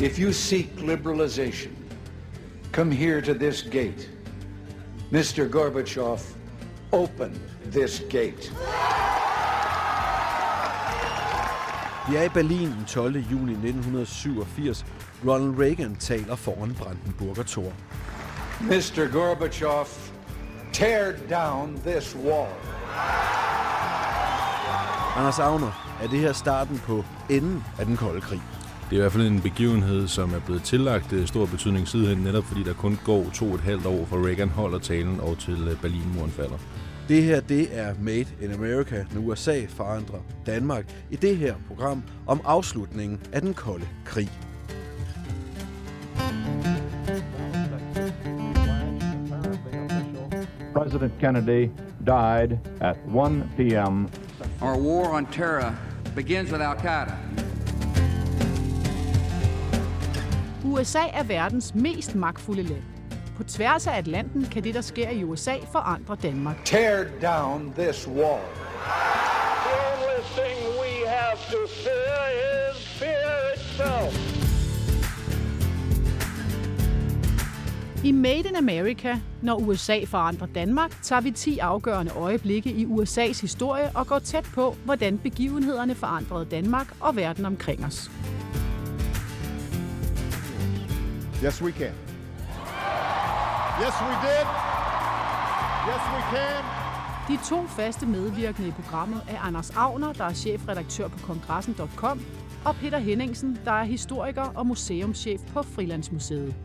If you seek liberalization, come here to this gate. Mr. Gorbachev, open this gate. Vi er i Berlin den 12. juni 1987. Ronald Reagan taler foran Brandenburger Tor. Mr. Gorbachev, tear down this wall. Anders Agner, er det her starten på enden af den kolde krig? Det er i hvert fald en begivenhed, som er blevet tillagt stor betydning sidenhen, netop fordi der kun går 2,5 år fra Reagan holder talen og til Berlinmuren falder. Det her, det er Made in America, når USA forandrer Danmark, i det her program om afslutningen af den kolde krig. President Kennedy died at 1 p.m. Our war on terror begins with Al-Qaeda. USA er verdens mest magtfulde land. På tværs af Atlanten kan det, der sker i USA, forandre Danmark. Tear down this wall. The only thing we have to fear is fear itself. I Made in America, når USA forandrer Danmark, tager vi 10 afgørende øjeblikke i USA's historie og går tæt på, hvordan begivenhederne forandrede Danmark og verden omkring os. Yes, we can. Yes, we did. Yes, we can. De 2 faste medvirkende i programmet er Anders Agner, der er chefredaktør på kongressen.com, og Peter Henningsen, der er historiker og museumschef på Frilandsmuseet.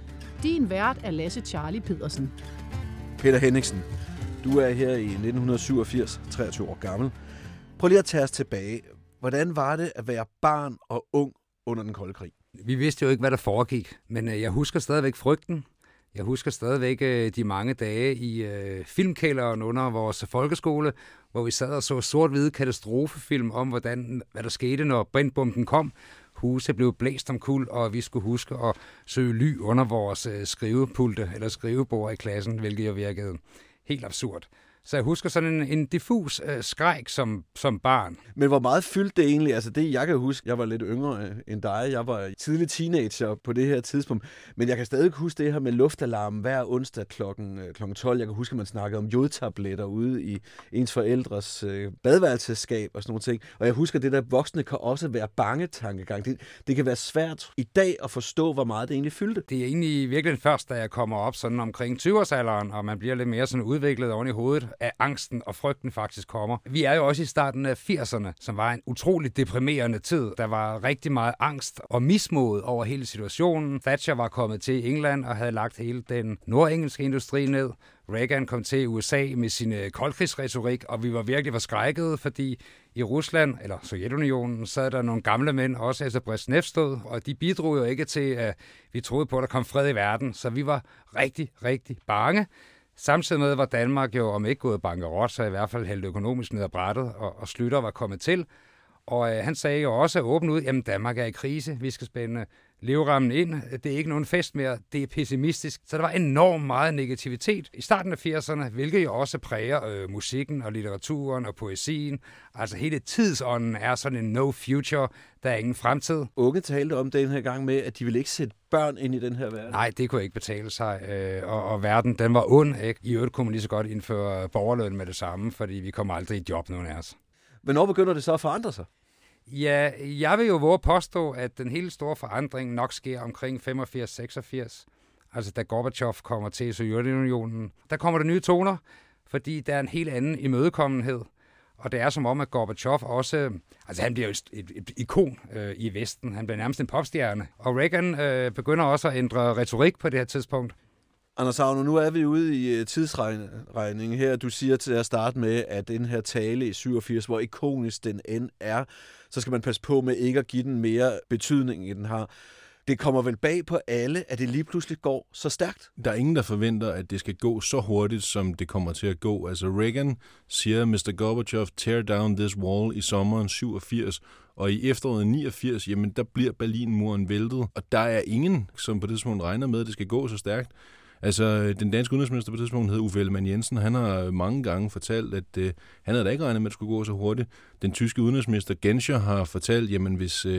Din vært er Lasse Charlie Pedersen. Peter Henningsen, du er her i 1987, 23 år gammel. Prøv lige at tage os tilbage. Hvordan var det at være barn og ung under den kolde krig? Vi vidste jo ikke, hvad der foregik, men jeg husker stadigvæk frygten. Jeg husker stadigvæk de mange dage i filmkælderen under vores folkeskole, hvor vi sad og så sort-hvide katastrofefilm om, hvad der skete, når brintbomben kom. Huse blev blæst omkuld, og vi skulle huske at søge ly under vores skrivepulte eller skrivebord i klassen, hvilket jo virkede helt absurd. Så jeg husker sådan en diffus skræk som barn. Men hvor meget fyldte det egentlig? Altså det, jeg kan huske, jeg var lidt yngre end dig. Jeg var tidlig teenager på det her tidspunkt. Men jeg kan stadig huske det her med luftalarmen hver onsdag klokken 12. Jeg kan huske, at man snakkede om jodtabletter ude i ens forældres badeværelsesskab og sådan nogle ting. Og jeg husker, at det der voksne kan også være bangetankegang. Det kan være svært i dag at forstå, hvor meget det egentlig fyldte. Det er egentlig virkelig først, da jeg kommer op sådan omkring 20-årsalderen, og man bliver lidt mere sådan udviklet oven i hovedet, at angsten og frygten faktisk kommer. Vi er jo også i starten af 80'erne, som var en utrolig deprimerende tid. Der var rigtig meget angst og mismod over hele situationen. Thatcher var kommet til England og havde lagt hele den nordengelske industri ned. Reagan kom til USA med sin koldkrigsretorik, og vi var virkelig forskrækkede, fordi i Rusland, eller Sovjetunionen, sad der nogle gamle mænd, også altså Brezhnev stod, og de bidrog jo ikke til, at vi troede på, at der kom fred i verden. Så vi var rigtig, rigtig bange. Samtidig med var Danmark jo, om ikke gået bankerot, så i hvert fald hældt økonomisk ned ad brættet, og Schlüter var kommet til. Og han sagde jo også åbent ud, jamen Danmark er i krise, vi skal spænde leverammen ind, det er ikke nogen fest mere, det er pessimistisk. Så der var enormt meget negativitet i starten af 80'erne, hvilket jo også præger musikken og litteraturen og poesien. Altså hele tidsånden er sådan en no future, der er ingen fremtid. Unge talte om den her gang med, at de ville ikke sætte børn ind i den her verden. Nej, det kunne ikke betale sig, og verden den var ond, ikke? I øvrigt kunne man lige så godt indføre borgerløn med det samme, fordi vi kommer aldrig i job, nogen af os. Hvornår begynder det så at forandre sig? Ja, jeg vil jo våge påstå, at den hele store forandring nok sker omkring 85-86. Altså da Gorbachev kommer til Sovjetunionen. Der kommer der nye toner, fordi der er en helt anden imødekommenhed. Og det er som om, at Gorbachev også... Altså han bliver jo et ikon i Vesten. Han bliver nærmest en popstjerne. Og Reagan begynder også at ændre retorik på det her tidspunkt. Anders Agner, nu er vi ude i tidsregningen her. Du siger til at starte med, at den her tale i 87, hvor ikonisk den end er, så skal man passe på med ikke at give den mere betydning, end den har. Det kommer vel bag på alle, at det lige pludselig går så stærkt? Der er ingen, der forventer, at det skal gå så hurtigt, som det kommer til at gå. Altså Reagan siger, Mr. Gorbachev, tear down this wall i sommeren 87, og i efteråret 89, jamen der bliver Berlinmuren væltet, og der er ingen, som på det tidspunkt regner med, at det skal gå så stærkt. Altså, den danske udenrigsminister på det tidspunkt hed Uffe Ellemann-Jensen. Han har mange gange fortalt, at han havde da ikke regnet med, at det skulle gå så hurtigt. Den tyske udenrigsminister Genscher har fortalt, jamen hvis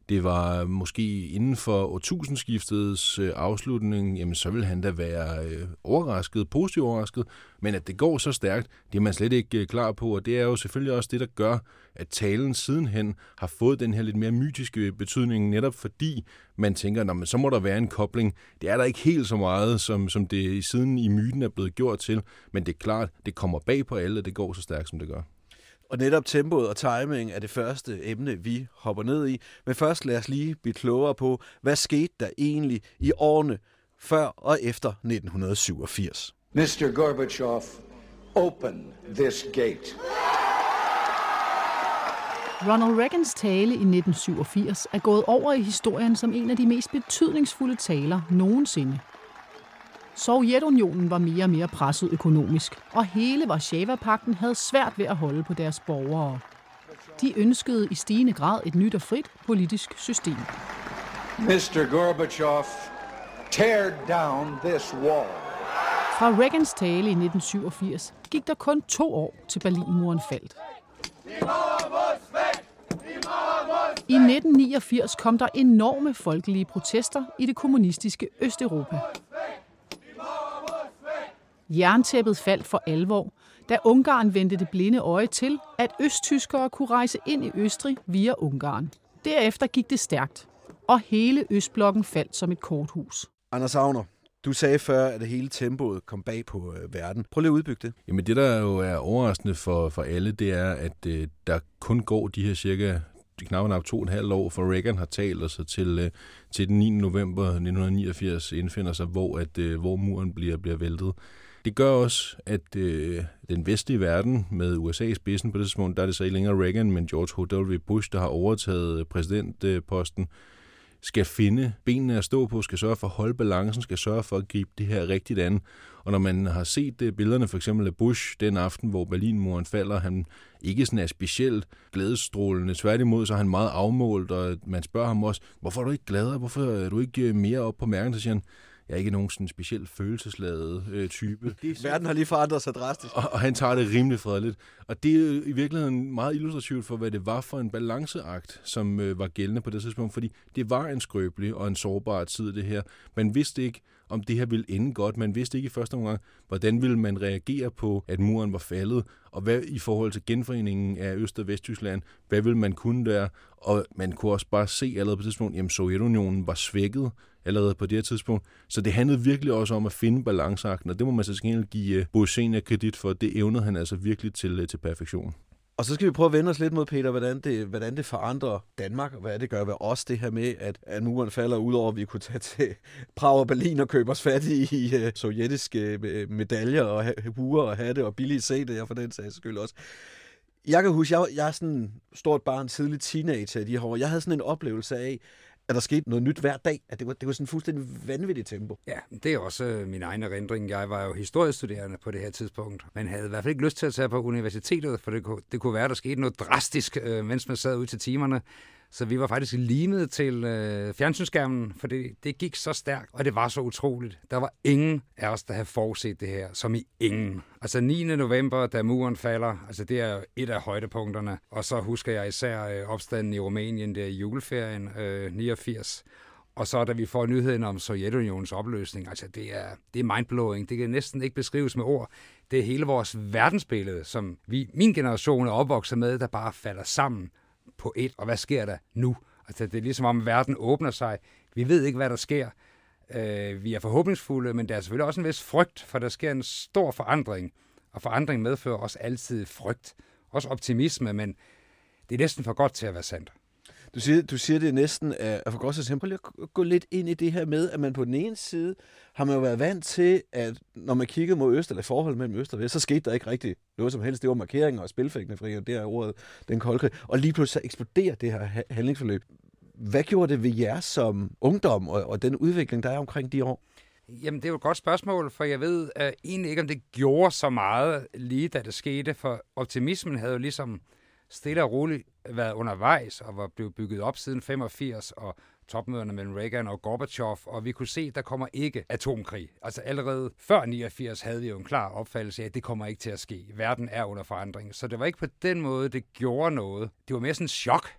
det var måske inden for årtusindskiftets afslutning, jamen så vil han da være overrasket, positivt overrasket, men at det går så stærkt, det er man slet ikke klar på, og det er jo selvfølgelig også det, der gør, at talen sidenhen har fået den her lidt mere mytiske betydning, netop fordi man tænker, men så må der være en kobling. Det er der ikke helt så meget, som det siden i myten er blevet gjort til, men det er klart, det kommer bag på alle, og det går så stærkt, som det gør. Og netop tempoet og timing er det første emne, vi hopper ned i. Men først lad os lige blive klogere på, hvad skete der egentlig i årene før og efter 1987. Mr. Gorbachev, open this gate. Ronald Reagans tale i 1987 er gået over i historien som en af de mest betydningsfulde taler nogensinde. Sovjetunionen var mere og mere presset økonomisk, og hele Warszawa-pagten havde svært ved at holde på deres borgere. De ønskede i stigende grad et nyt og frit politisk system. Mr. Gorbachev, tear down this wall. Fra Reagans tale i 1987 gik der kun 2 år til Berlinmuren faldt. I 1989 kom der enorme folkelige protester i det kommunistiske Østeuropa. Jerntæppet faldt for alvor, da Ungarn vendte det blinde øje til, at østtyskere kunne rejse ind i Østrig via Ungarn. Derefter gik det stærkt, og hele Østblokken faldt som et korthus. Anders Agner, du sagde før, at det hele tempoet kom bag på verden. Prøv lige at udbygge det. Jamen det, der jo er overraskende for alle, det er, at der kun går de her cirka knap 2,5 år, for Reagan har talt, og så til den 9. november 1989 indfinder sig, hvor muren bliver væltet. Det gør også, at den vestlige verden med USA i spidsen på det tidspunkt, der er det så ikke længere Reagan, men George H.W. Bush, der har overtaget præsidentposten, skal finde benene at stå på, skal sørge for at holde balancen, skal sørge for at gribe det her rigtigt an. Og når man har set billederne for eksempel af Bush den aften, hvor Berlinmuren falder, han ikke sådan er specielt glædesstrålende. Tværtimod, så er han meget afmålt, og man spørger ham også, hvorfor er du ikke gladere? Hvorfor er du ikke mere op på mærken? Så siger han, jeg er ikke nogen sådan specielt følelsesladet type. Verden har lige forandret sig drastisk. Og han tager det rimelig fredeligt. Og det er i virkeligheden meget illustrativt for, hvad det var for en balanceakt, som var gældende på det tidspunkt. Fordi det var en skrøbelig og en sårbar tid, det her. Man vidste ikke, om det her ville ende godt. Man vidste ikke i første omgang, hvordan ville man reagere på, at muren var faldet, og hvad i forhold til genforeningen af Øst- og Vesttyskland, hvad ville man kunne der? Og man kunne også bare se allerede på det tidspunkt, at Sovjetunionen var svækket allerede på det her tidspunkt. Så det handlede virkelig også om at finde balanceakten, og det må man så skal give Bush senior kredit for. Det evnede han altså virkelig til perfektion. Og så skal vi prøve at vende os lidt mod, Peter, hvordan det forandrer Danmark, og hvad det gør ved os, det her med, at muren falder ud over, at vi kunne tage til Prag og Berlin og købe os fat i sovjetiske medaljer og huer og hatte og billige CD'er for den sags skyld også. Jeg kan huske, jeg er sådan en stort barn, tidlig teenager i de her år. Jeg havde sådan en oplevelse af, at der skete noget nyt hver dag. At det var sådan en fuldstændig vanvittigt tempo. Ja, det er også min egen erindring. Jeg var jo historiestuderende på det her tidspunkt, men havde i hvert fald ikke lyst til at tage på universitetet, for det kunne være, at der skete noget drastisk, mens man sad ud til timerne. Så vi var faktisk limet til fjernsynsskærmen, for det gik så stærkt, og det var så utroligt. Der var ingen af os, der havde forudset det her, som i ingen. Altså 9. november, da muren falder, altså det er et af højdepunkterne. Og så husker jeg især opstanden i Rumænien der i juleferien 89. Og så da vi får nyheden om Sovjetunionens opløsning, altså det er mindblowing. Det kan næsten ikke beskrives med ord. Det er hele vores verdensbillede, som min generation er opvokset med, der bare falder sammen på et. Og hvad sker der nu? Altså det er ligesom om verden åbner sig. Vi ved ikke, hvad der sker. Vi er forhåbningsfulde, men der er selvfølgelig også en vis frygt, for der sker en stor forandring. Og forandring medfører også altid frygt. Også optimisme, men det er næsten for godt til at være sandt. Du siger det næsten er for godt til at prøve at gå lidt ind i det her med, at man på den ene side har man jo været vant til, at når man kiggede mod øst, eller forholdet mellem øst og vest, så skete der ikke rigtig noget som helst. Det var markeringer og spilfægtende, for det er ordet, den kolde krig. Og lige pludselig så eksploderer det her handlingsforløb. Hvad gjorde det ved jer som ungdom og den udvikling, der er omkring de år? Jamen, det er jo et godt spørgsmål, for jeg ved egentlig ikke, om det gjorde så meget lige da det skete, for optimismen havde jo ligesom stille og roligt været undervejs og var blevet bygget op siden 85 og topmøderne mellem Reagan og Gorbachev, og vi kunne se, at der kommer ikke atomkrig. Altså allerede før 89 havde vi jo en klar opfattelse af, at det kommer ikke til at ske. Verden er under forandring. Så det var ikke på den måde, det gjorde noget. Det var mere sådan en chok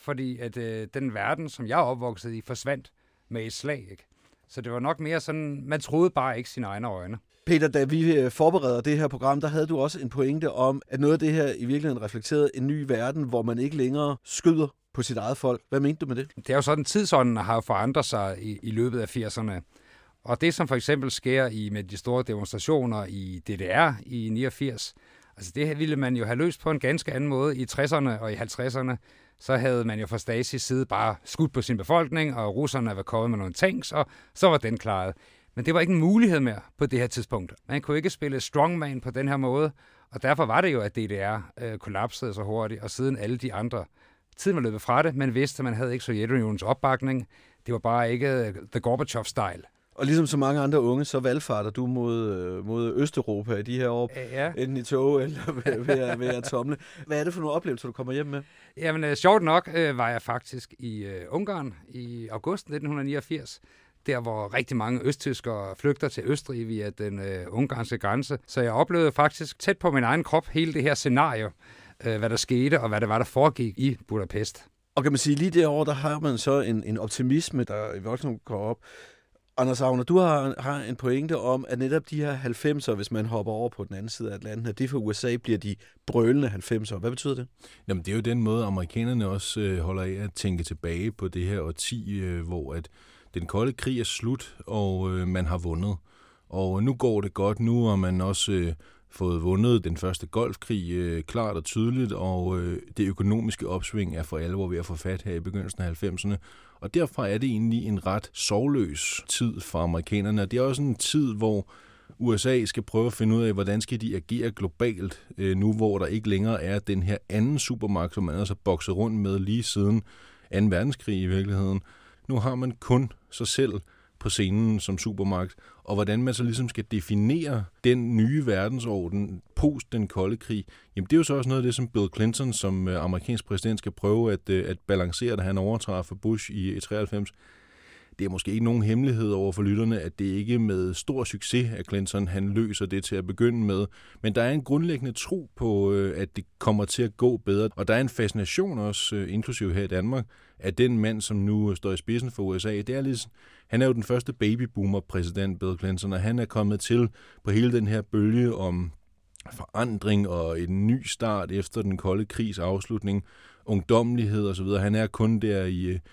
fordi at den verden, som jeg er opvokset i, forsvandt med et slag, ikke? Så det var nok mere sådan, man troede bare ikke sine egne øjne. Peter, da vi forbereder det her program, der havde du også en pointe om, at noget af det her i virkeligheden reflekterede en ny verden, hvor man ikke længere skyder på sit eget folk. Hvad mente du med det? Det er jo sådan, tidsånden har forandret sig i løbet af 80'erne. Og det, som for eksempel sker med de store demonstrationer i DDR i 89, altså det ville man jo have løst på en ganske anden måde i 60'erne og i 50'erne. Så havde man jo fra Stasis side bare skudt på sin befolkning, og russerne var kommet med nogle tanks, og så var den klaret. Men det var ikke en mulighed mere på det her tidspunkt. Man kunne ikke spille strongman på den her måde, og derfor var det jo, at DDR kollapsede så hurtigt, og siden alle de andre tiden var løbet fra det, man vidste, at man havde ikke Sovjetunionens opbakning. Det var bare ikke the Gorbachev-style. Og ligesom så mange andre unge, så valgfarter du mod Østeuropa i de her år, ja. Enten i tog eller ved at tomle. Hvad er det for nogle oplevelser, du kommer hjem med? Jamen, sjovt nok var jeg faktisk i Ungarn i august 1989, der hvor rigtig mange østtyskere flygter til Østrig via den ungarske grænse. Så jeg oplevede faktisk tæt på min egen krop hele det her scenario, hvad der skete og hvad det var, der foregik i Budapest. Og kan man sige, lige derovre, der har man så en optimisme, der i voksne går op. Anders Agner, du har en pointe om, at netop de her 90'er, hvis man hopper over på den anden side af Atlanten, at det for USA bliver de brølende 90'er. Hvad betyder det? Jamen, det er jo den måde, amerikanerne også holder af at tænke tilbage på det her årti, hvor at den kolde krig er slut, og man har vundet. Og nu går det godt. Nu har man også fået vundet den første golfkrig klart og tydeligt, og det økonomiske opsving er for alvor ved at få fat her i begyndelsen af 90'erne. Og derfra er det egentlig en ret sorgløs tid for amerikanerne. Det er også en tid, hvor USA skal prøve at finde ud af, hvordan skal de agere globalt, nu hvor der ikke længere er den her anden supermagt, som man altså bokset rundt med lige siden 2. verdenskrig i virkeligheden. Nu har man kun sig selv på scenen som supermagt, og hvordan man så ligesom skal definere den nye verdensorden post den kolde krig, jamen det er jo så også noget af det, som Bill Clinton som amerikansk præsident skal prøve at balancere, da han overtræffer Bush i 93. Det er måske ikke nogen hemmelighed over for lytterne, at det ikke med stor succes af Clinton, han løser det til at begynde med. Men der er en grundlæggende tro på, at det kommer til at gå bedre. Og der er en fascination også, inklusive her i Danmark, at den mand, som nu står i spidsen for USA, det er ligesom, han er jo den første babyboomer-præsident, Bill Clinton, og han er kommet til på hele den her bølge om forandring og en ny start efter den kolde krigs afslutning, ungdommelighed osv. Han er kun der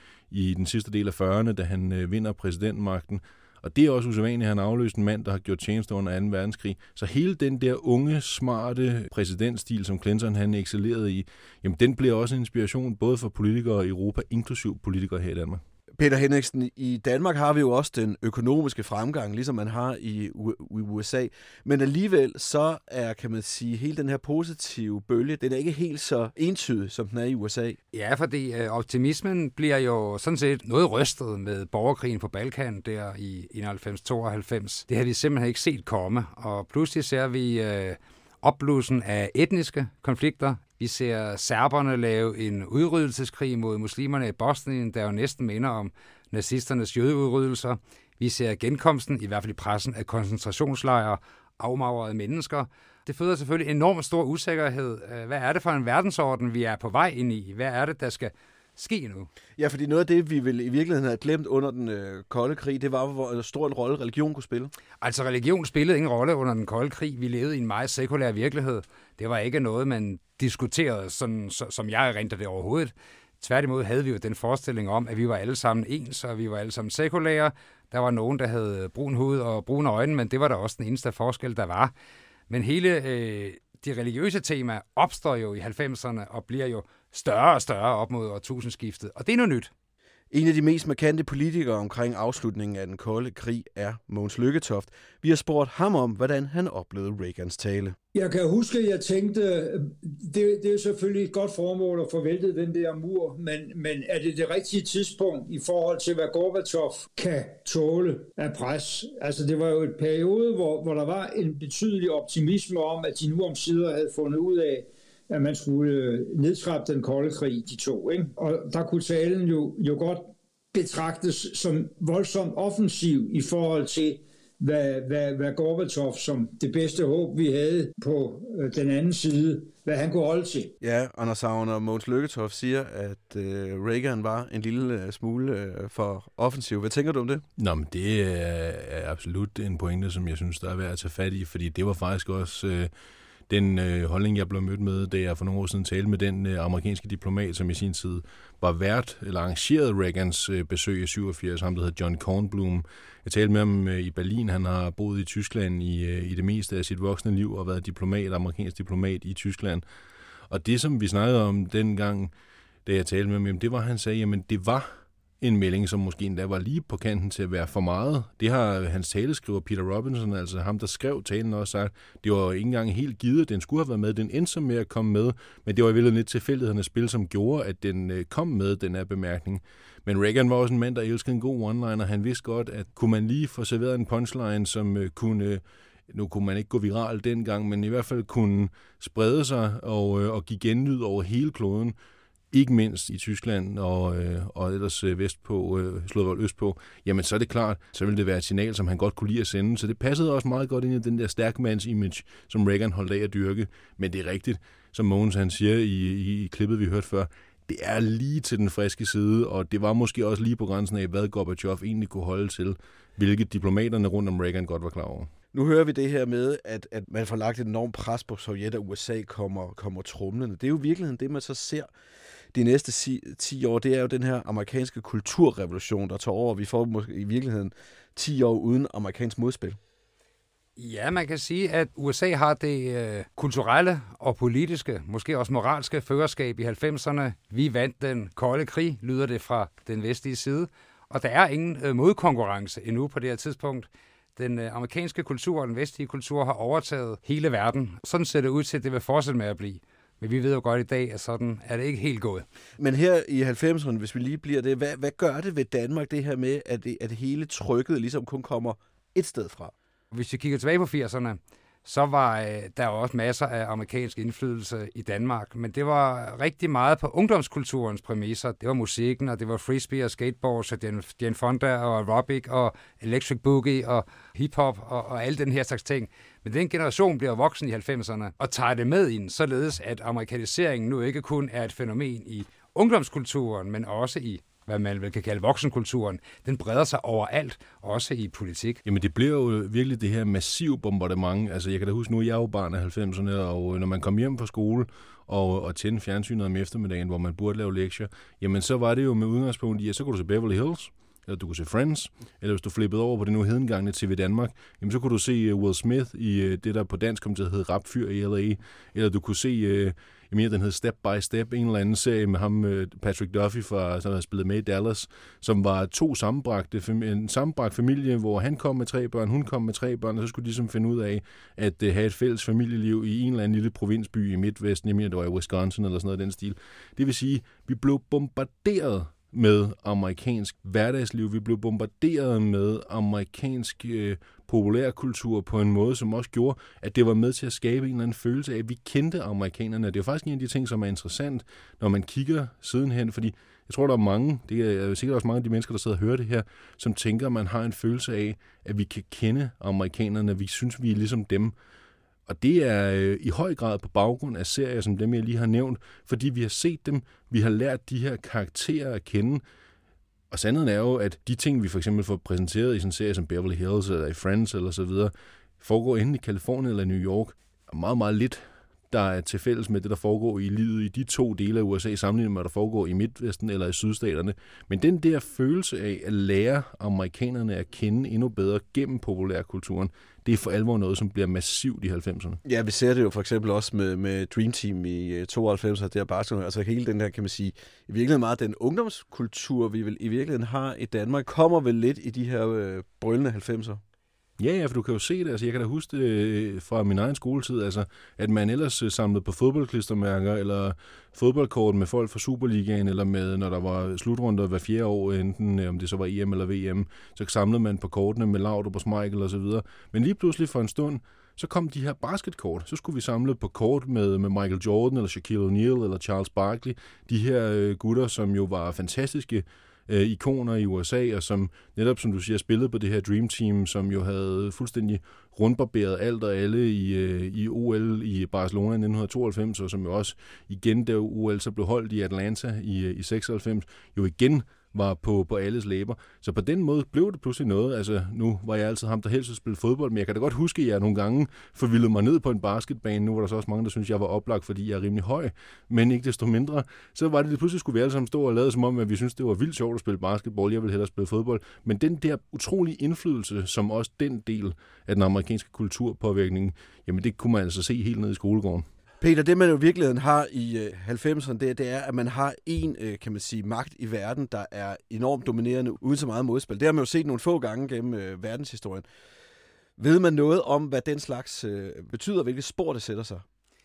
i den sidste del af 40'erne, da han vinder præsidentmagten. Og det er også usædvanligt, at han afløste en mand, der har gjort tjeneste under 2. verdenskrig. Så hele den der unge, smarte præsidentstil, som Clinton han excellerede i, jamen den bliver også en inspiration både for politikere i Europa, inklusiv politikere her i Danmark. Peter Henriksen, i Danmark har vi jo også den økonomiske fremgang, ligesom man har i USA. Men alligevel så er, kan man sige, hele den her positive bølge, den er ikke helt så entydig, som den er i USA. Ja, fordi optimismen bliver jo sådan set noget rystet med borgerkrigen på Balkan der i 91-92. Det har vi simpelthen ikke set komme, og pludselig ser vi opblussen af etniske konflikter. Vi ser serberne lave en udryddelseskrig mod muslimerne i Bosnien, der jo næsten minder om nazisternes jødeudryddelser. Vi ser genkomsten, i hvert fald i pressen, af koncentrationslejre, afmagrede mennesker. Det føder selvfølgelig enormt stor usikkerhed. Hvad er det for en verdensorden, vi er på vej ind i? Hvad er det, der skal ske nu? Ja, fordi noget af det, vi vel i virkeligheden havde glemt under den kolde krig, det var, hvor stor en rolle religion kunne spille. Altså, religion spillede ingen rolle under den kolde krig. Vi levede i en meget sekulær virkelighed. Det var ikke noget, man diskuterede, sådan, som jeg erindrer det overhovedet. Tværtimod havde vi jo den forestilling om, at vi var alle sammen ens, og vi var alle sammen sekulære. Der var nogen, der havde brun hud og brune øjne, men det var da også den eneste forskel, der var. Men hele de religiøse temaer opstår jo i 90'erne og bliver jo større og større op mod årtusindskiftet, og det er noget nyt. En af de mest markante politikere omkring afslutningen af den kolde krig er Mogens Lykketoft. Vi har spurgt ham om, hvordan han oplevede Reagans tale. Jeg kan huske, at jeg tænkte, det er jo selvfølgelig et godt formål at få væltet den der mur, men er det rigtige tidspunkt i forhold til, hvad Gorbachev kan tåle af pres? Altså det var jo et periode, hvor der var en betydelig optimisme om, at de nu omsider havde fundet ud af, at man skulle nedtrappe den kolde krig, de to. Ikke? Og der kunne talen jo godt betragtes som voldsomt offensiv i forhold til, hvad Gorbachev som det bedste håb, vi havde på den anden side, hvad han kunne holde til. Ja, Anders Agner og Mogens Lykketoft siger, at Reagan var en lille smule for offensiv. Hvad tænker du om det? Nå, men det er absolut en pointe, som jeg synes, der er værd at tage fat i, fordi det var faktisk også den holdning, jeg blev mødt med, da jeg for nogle år siden talte med den amerikanske diplomat, som i sin tid var vært eller arrangeret Reagans besøg i 87, ham der hedder John Kornblum. Jeg talte med ham i Berlin. Han har boet i Tyskland i det meste af sit voksne liv og været diplomat, amerikansk diplomat i Tyskland. Og det, som vi snakkede om dengang, da jeg talte med ham, det var, han sagde, jamen det var en melding, som måske endda var lige på kanten til at være for meget. Det har hans taleskriver Peter Robinson, altså ham, der skrev talen, også sagt. Det var ikke engang helt givet, den skulle have været med. Den endte som med at komme med, men det var i virkeligheden lidt tilfældighedernes spil, som gjorde, at den kom med, den her bemærkning. Men Reagan var også en mand, der elskede en god one-liner. Han vidste godt, at kunne man lige få serveret en punchline, som kunne... Nu kunne man ikke gå viral dengang, men i hvert fald kunne sprede sig og give genlyd over hele kloden, ikke mindst i Tyskland og ellers vestpå, Slåvold østpå, jamen så er det klart, så ville det være et signal, som han godt kunne lide at sende. Så det passede også meget godt ind i den der stærkmands image, som Reagan holdt af at dyrke. Men det er rigtigt, som Mogens han siger i klippet, vi hørte før, det er lige til den friske side, og det var måske også lige på grænsen af, hvad Gorbachev egentlig kunne holde til, hvilket diplomaterne rundt om Reagan godt var klar over. Nu hører vi det her med, at man får lagt et enormt pres på Sovjet, og USA kommer tromlende. Det er jo i virkeligheden det, man så ser de næste 10 år. Det er jo den her amerikanske kulturrevolution, der tager over. Vi får måske i virkeligheden 10 år uden amerikansk modspil. Ja, man kan sige, at USA har det kulturelle og politiske, måske også moralske førerskab i 90'erne. Vi vandt den kolde krig, lyder det fra den vestlige side. Og der er ingen modkonkurrence endnu på det her tidspunkt. Den amerikanske kultur og den vestlige kultur har overtaget hele verden. Sådan ser det ud til, at det vil fortsætte med at blive. Men vi ved jo godt i dag, at sådan er det ikke helt gået. Men her i 90'erne, hvis vi lige bliver det, hvad gør det ved Danmark, det her med, at hele trykket ligesom kun kommer et sted fra? Hvis vi kigger tilbage på 80'erne, så var der også masser af amerikansk indflydelse i Danmark. Men det var rigtig meget på ungdomskulturens præmisser. Det var musikken, og det var frisbee og skateboards, og Jane Fonda og aerobic og electric boogie og hiphop og alle den her slags ting. Men den generation bliver voksen i 90'erne og tager det med ind, således at amerikaniseringen nu ikke kun er et fænomen i ungdomskulturen, men også i hvad man vel kan kalde voksenkulturen, den breder sig overalt, også i politik. Jamen det bliver jo virkelig det her massiv bombardement. Altså jeg kan da huske, nu jeg er jo barn af 90'erne, og når man kom hjem fra skole og tændte fjernsynet om eftermiddagen, hvor man burde lave lektier, jamen så var det jo med udgangspunkt i, at så kunne du se Beverly Hills, eller du kunne se Friends, eller hvis du flippede over på det nu hedengangne TV Danmark, jamen så kunne du se Will Smith i det, der på dansk kom til at hedde Rapfyr i L.A., eller du kunne se... den hed Step by Step, en eller anden serie med ham, Patrick Duffy, som havde spillet med i Dallas, som var en sammenbragt familie, hvor han kom med 3 børn, hun kom med 3 børn, og så skulle de ligesom finde ud af at have et fælles familieliv i en eller anden lille provinsby i Midtvesten, det var i Wisconsin eller sådan noget af den stil. Det vil sige, vi blev bombarderet med amerikansk hverdagsliv. Vi blev bombarderet med amerikansk populærkultur på en måde, som også gjorde, at det var med til at skabe en eller anden følelse af, at vi kendte amerikanerne. Det er jo faktisk en af de ting, som er interessant, når man kigger sidenhen, fordi jeg tror, der er mange, det er sikkert også mange af de mennesker, der sidder og hører det her, som tænker, at man har en følelse af, at vi kan kende amerikanerne, vi synes, vi er ligesom dem. Og det er i høj grad på baggrund af serier, som dem, jeg lige har nævnt, fordi vi har set dem, vi har lært de her karakterer at kende. Og sandheden er jo, at de ting, vi for eksempel får præsenteret i sådan en serie som Beverly Hills eller i Friends eller så videre, foregår enten i Californien eller New York, og meget, meget lidt, der er til fælles med det, der foregår i livet i de 2 dele af USA, sammenlignet med, hvad der foregår i Midtvesten eller i sydstaterne. Men den der følelse af at lære amerikanerne at kende endnu bedre gennem populærkulturen, det er for alvor noget, som bliver massivt i 90'erne. Ja, vi ser det jo for eksempel også med Dream Team i 92, og det er bare altså hele den her, kan man sige, i virkeligheden meget den ungdomskultur, vi vel i virkeligheden har i Danmark, kommer vel lidt i de her brølende 90'er. Ja, for du kan jo se det. Altså, jeg kan da huske det fra min egen skoletid, altså, at man ellers samlede på fodboldklistermærker eller fodboldkort med folk fra Superligaen, eller med, når der var slutrunder hver 4. år, enten om det så var EM eller VM, så samlede man på kortene med Laudrup og Schmeichel og så videre. Men lige pludselig for en stund, så kom de her basketkort. Så skulle vi samle på kort med Michael Jordan, eller Shaquille O'Neal, eller Charles Barkley. De her gutter, som jo var fantastiske ikoner i USA, og som netop, som du siger, spillede på det her Dream Team, som jo havde fuldstændig rundbarberet alt og alle i OL i Barcelona i 1992, og som jo også igen, da OL så blev holdt i Atlanta i 96, jo igen var på alles læber. Så på den måde blev det pludselig noget. Altså, nu var jeg altid ham, der helst ville spille fodbold, men jeg kan da godt huske, at jeg nogle gange forvildede mig ned på en basketbane. Nu var der så også mange, der synes jeg var oplagt, fordi jeg er rimelig høj, men ikke desto mindre. Så var det pludselig, skulle vi alle sammen stå og lade som om, at vi synes det var vildt sjovt at spille basketball. Jeg ville hellere spille fodbold. Men den der utrolige indflydelse, som også den del af den amerikanske kulturpåvirkning, jamen det kunne man altså se helt ned i skolegården. Peter, det man jo i virkeligheden har i 90'erne, det er, at man har en, kan man sige, magt i verden, der er enormt dominerende, uden så meget modspil. Det har man jo set nogle få gange gennem verdenshistorien. Ved man noget om, hvad den slags betyder, hvilke spor det sætter sig?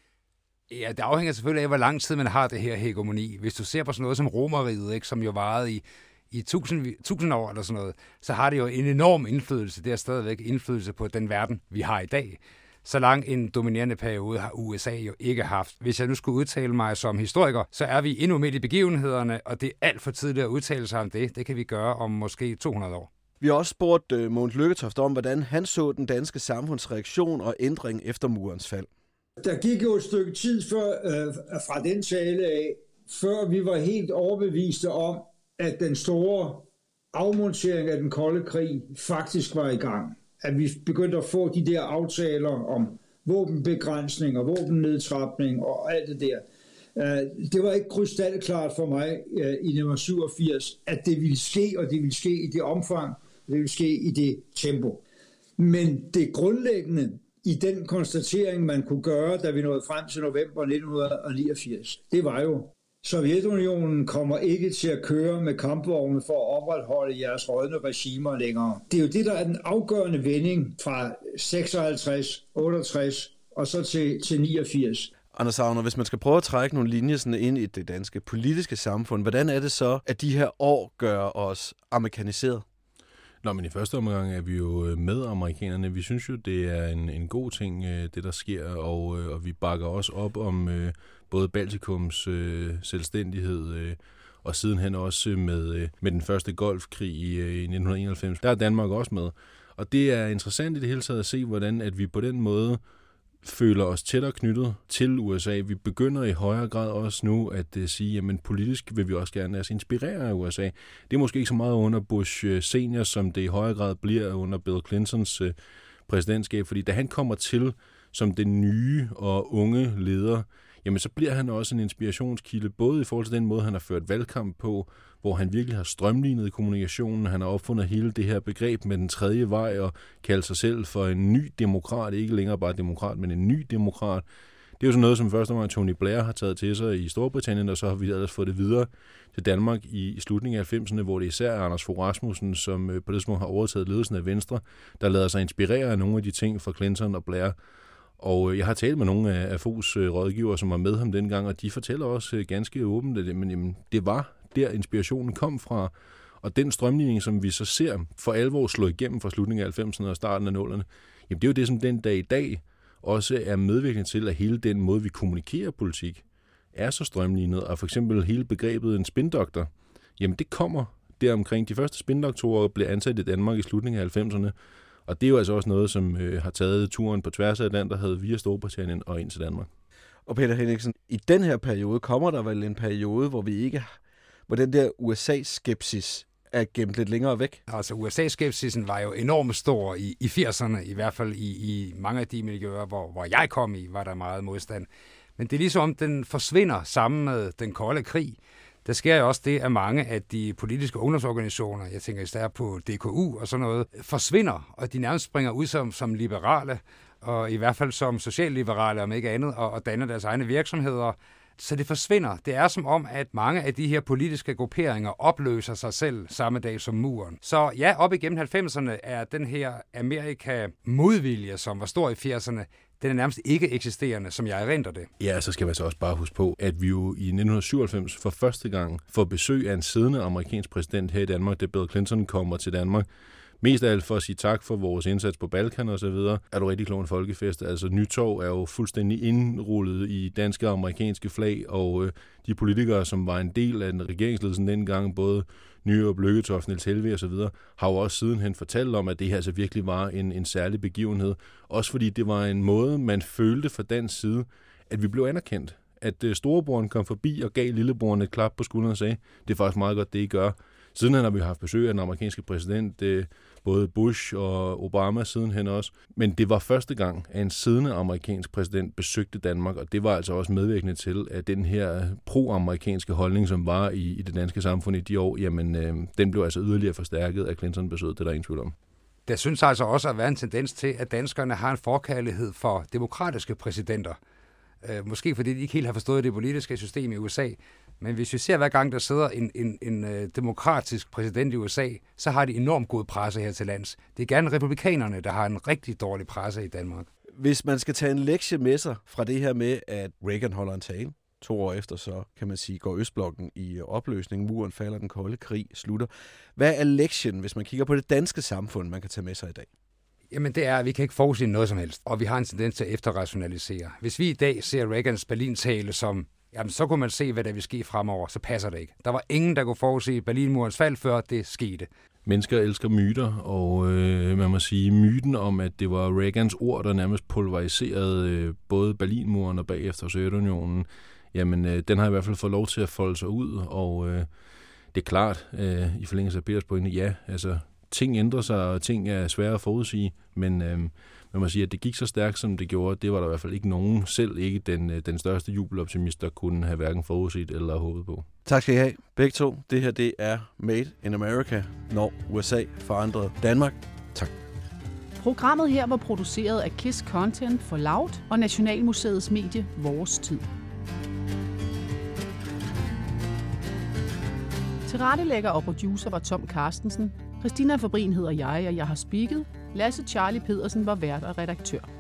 Ja, det afhænger selvfølgelig af, hvor lang tid man har det her hegemoni. Hvis du ser på sådan noget som Romerriget, ikke, som jo varede i 1000 år eller sådan noget, så har det jo en enorm indflydelse. Det er stadigvæk indflydelse på den verden, vi har i dag. Så lang en dominerende periode har USA jo ikke haft. Hvis jeg nu skulle udtale mig som historiker, så er vi endnu midt i begivenhederne, og det er alt for tidligt at udtale sig om det. Det kan vi gøre om måske 200 år. Vi har også spurgt Mogens Lykketoft om, hvordan han så den danske samfundsreaktion og ændring efter murens fald. Der gik jo et stykke tid fra den tale af, før vi var helt overbeviste om, at den store afmontering af den kolde krig faktisk var i gang. At vi begyndte at få de der aftaler om våbenbegrænsning og våbennedtrapning og alt det der. Det var ikke krystalklart for mig i 1987, at det ville ske, og det ville ske i det omfang, og det ville ske i det tempo. Men det grundlæggende i den konstatering, man kunne gøre, da vi nåede frem til november 1989, det var jo, Sovjetunionen kommer ikke til at køre med kampvogne for at opretholde jeres rådne regimer længere. Det er jo det, der er den afgørende vending fra 56, 68 og så til 89. Anders Agner, hvis man skal prøve at trække nogle linjer sådan ind i det danske politiske samfund, hvordan er det så, at de her år gør os amerikaniseret? Nå, men i første omgang er vi jo med amerikanerne. Vi synes jo, det er en god ting, det der sker, og vi bakker også op om både Baltikums selvstændighed, og sidenhen også med den første golfkrig i 1991. Der er Danmark også med. Og det er interessant i det hele taget at se, hvordan at vi på den måde føler os tættere knyttet til USA. Vi begynder i højere grad også nu at sige, jamen politisk vil vi også gerne lade os inspirere af USA. Det er måske ikke så meget under Bush senior, som det i højere grad bliver under Bill Clintons præsidentskab, fordi da han kommer til som den nye og unge leder, jamen så bliver han også en inspirationskilde, både i forhold til den måde, han har ført valgkamp på, hvor han virkelig har strømlignet kommunikationen. Han har opfundet hele det her begreb med den tredje vej og kaldt sig selv for en ny demokrat, ikke længere bare demokrat, men en ny demokrat. Det er jo sådan noget, som først og fremmest Tony Blair har taget til sig i Storbritannien, og så har vi ellers fået det videre til Danmark i slutningen af 90'erne, hvor det især er Anders Fogh Rasmussen, som på det tidspunkt har overtaget ledelsen af Venstre, der lader sig inspirere af nogle af de ting fra Clinton og Blair. Og jeg har talt med nogle af Foghs rådgivere, som var med ham dengang, og de fortæller også ganske åbent, at det var der inspirationen kom fra. Og den strømligning, som vi så ser for alvor slå igennem fra slutningen af 90'erne og starten af 00'erne, jamen det er jo det, som den dag i dag også er medvirkende til, at hele den måde, vi kommunikerer politik, er så strømlignet. Og for eksempel hele begrebet en spindoktor, jamen det kommer deromkring. De første spindoktorer blev ansat i Danmark i slutningen af 90'erne, og det er jo altså også noget, som har taget turen på tværs af Atlanterhavet via Storbritannien og ind til Danmark. Og Peter Henningsen, i den her periode kommer der vel en periode, hvor den der USA-skepsis er gemt lidt længere væk? Altså USA-skepsisen var jo enormt stor i 80'erne, i hvert fald i mange af de miljøer, hvor jeg kom i, var der meget modstand. Men det er ligesom, den forsvinder sammen med den kolde krig. Der sker jo også det, at mange af de politiske ungdomsorganisationer, jeg tænker især på DKU og sådan noget, forsvinder, og de nærmest springer ud som liberale, og i hvert fald som socialliberale, om ikke andet, og danner deres egne virksomheder. Så det forsvinder. Det er som om, at mange af de her politiske grupperinger opløser sig selv samme dag som muren. Så ja, op igennem 90'erne er den her Amerika-modvilje, som var stor i 80'erne, den er nærmest ikke eksisterende, som jeg erindrer det. Ja, så skal man så også bare huske på, at vi jo i 1997 for første gang får besøg af en siddende amerikansk præsident her i Danmark, da Bill Clinton kommer til Danmark. Mest af alt for at sige tak for vores indsats på Balkan og så videre. Er du rigtig klog en folkefest? Altså Nytorv er jo fuldstændig indrullet i danske og amerikanske flag, og de politikere, som var en del af den regeringsledelsen dengang, både Nyrup, Lykketoft, Niels Helveg og så videre, har jo også sidenhen fortalt om, at det her altså virkelig var en særlig begivenhed. Også fordi det var en måde, man følte fra dansk side, at vi blev anerkendt. At storebroren kom forbi og gav lillebroren et klap på skulderen og sagde, det er faktisk meget godt, det I gør. Sidenhen har vi haft besøg af den amerikanske præsident, både Bush og Obama sidenhen også. Men det var første gang, at en siddende amerikansk præsident besøgte Danmark, og det var altså også medvirkende til, at den her pro-amerikanske holdning, som var i det danske samfund i de år, jamen den blev altså yderligere forstærket af Clinton-besøget, det er der ingen tvivl om. Der synes altså også at være en tendens til, at danskerne har en forkærlighed for demokratiske præsidenter. Måske fordi de ikke helt har forstået det politiske system i USA. Men hvis vi ser hver gang, der sidder en demokratisk præsident i USA, så har de enormt god presse her til lands. Det er gerne republikanerne, der har en rigtig dårlig presse i Danmark. Hvis man skal tage en lektie med sig fra det her med, at Reagan holder en tale, 2 år efter, så kan man sige, går Østblokken i opløsning, muren falder, den kolde krig slutter. Hvad er lektien, hvis man kigger på det danske samfund, man kan tage med sig i dag? Jamen det er, at vi kan ikke forudsige noget som helst, og vi har en tendens til at efterrationalisere. Hvis vi i dag ser Reagans Berlin-tale som, jamen så kunne man se, hvad der vil ske fremover, så passer det ikke. Der var ingen, der kunne forudsige Berlinmurens fald, før det skete. Mennesker elsker myter, og man må sige, myten om, at det var Reagans ord, der nærmest pulveriserede både Berlinmuren og bagefter Sovjetunionen, jamen den har i hvert fald fået lov til at folde sig ud, og det er klart, i forlængelse af Peters pointe, ja, altså ting ændrer sig, og ting er svære at forudsige, men man må sige, at det gik så stærkt, som det gjorde, det var der i hvert fald ikke nogen, selv ikke den største jubeloptimist, der kunne have hverken forudset eller håbet på. Tak skal I have, begge to. Det her, det er Made in America, når USA forandrede Danmark. Tak. Programmet her var produceret af KISS Content for Loud og Nationalmuseets medie Vores Tid. Tilrettelægger og producer var Tom Carstensen. Christina Fabrin hedder jeg, og jeg har speaket. Lasse Charlie Pedersen var vært og redaktør.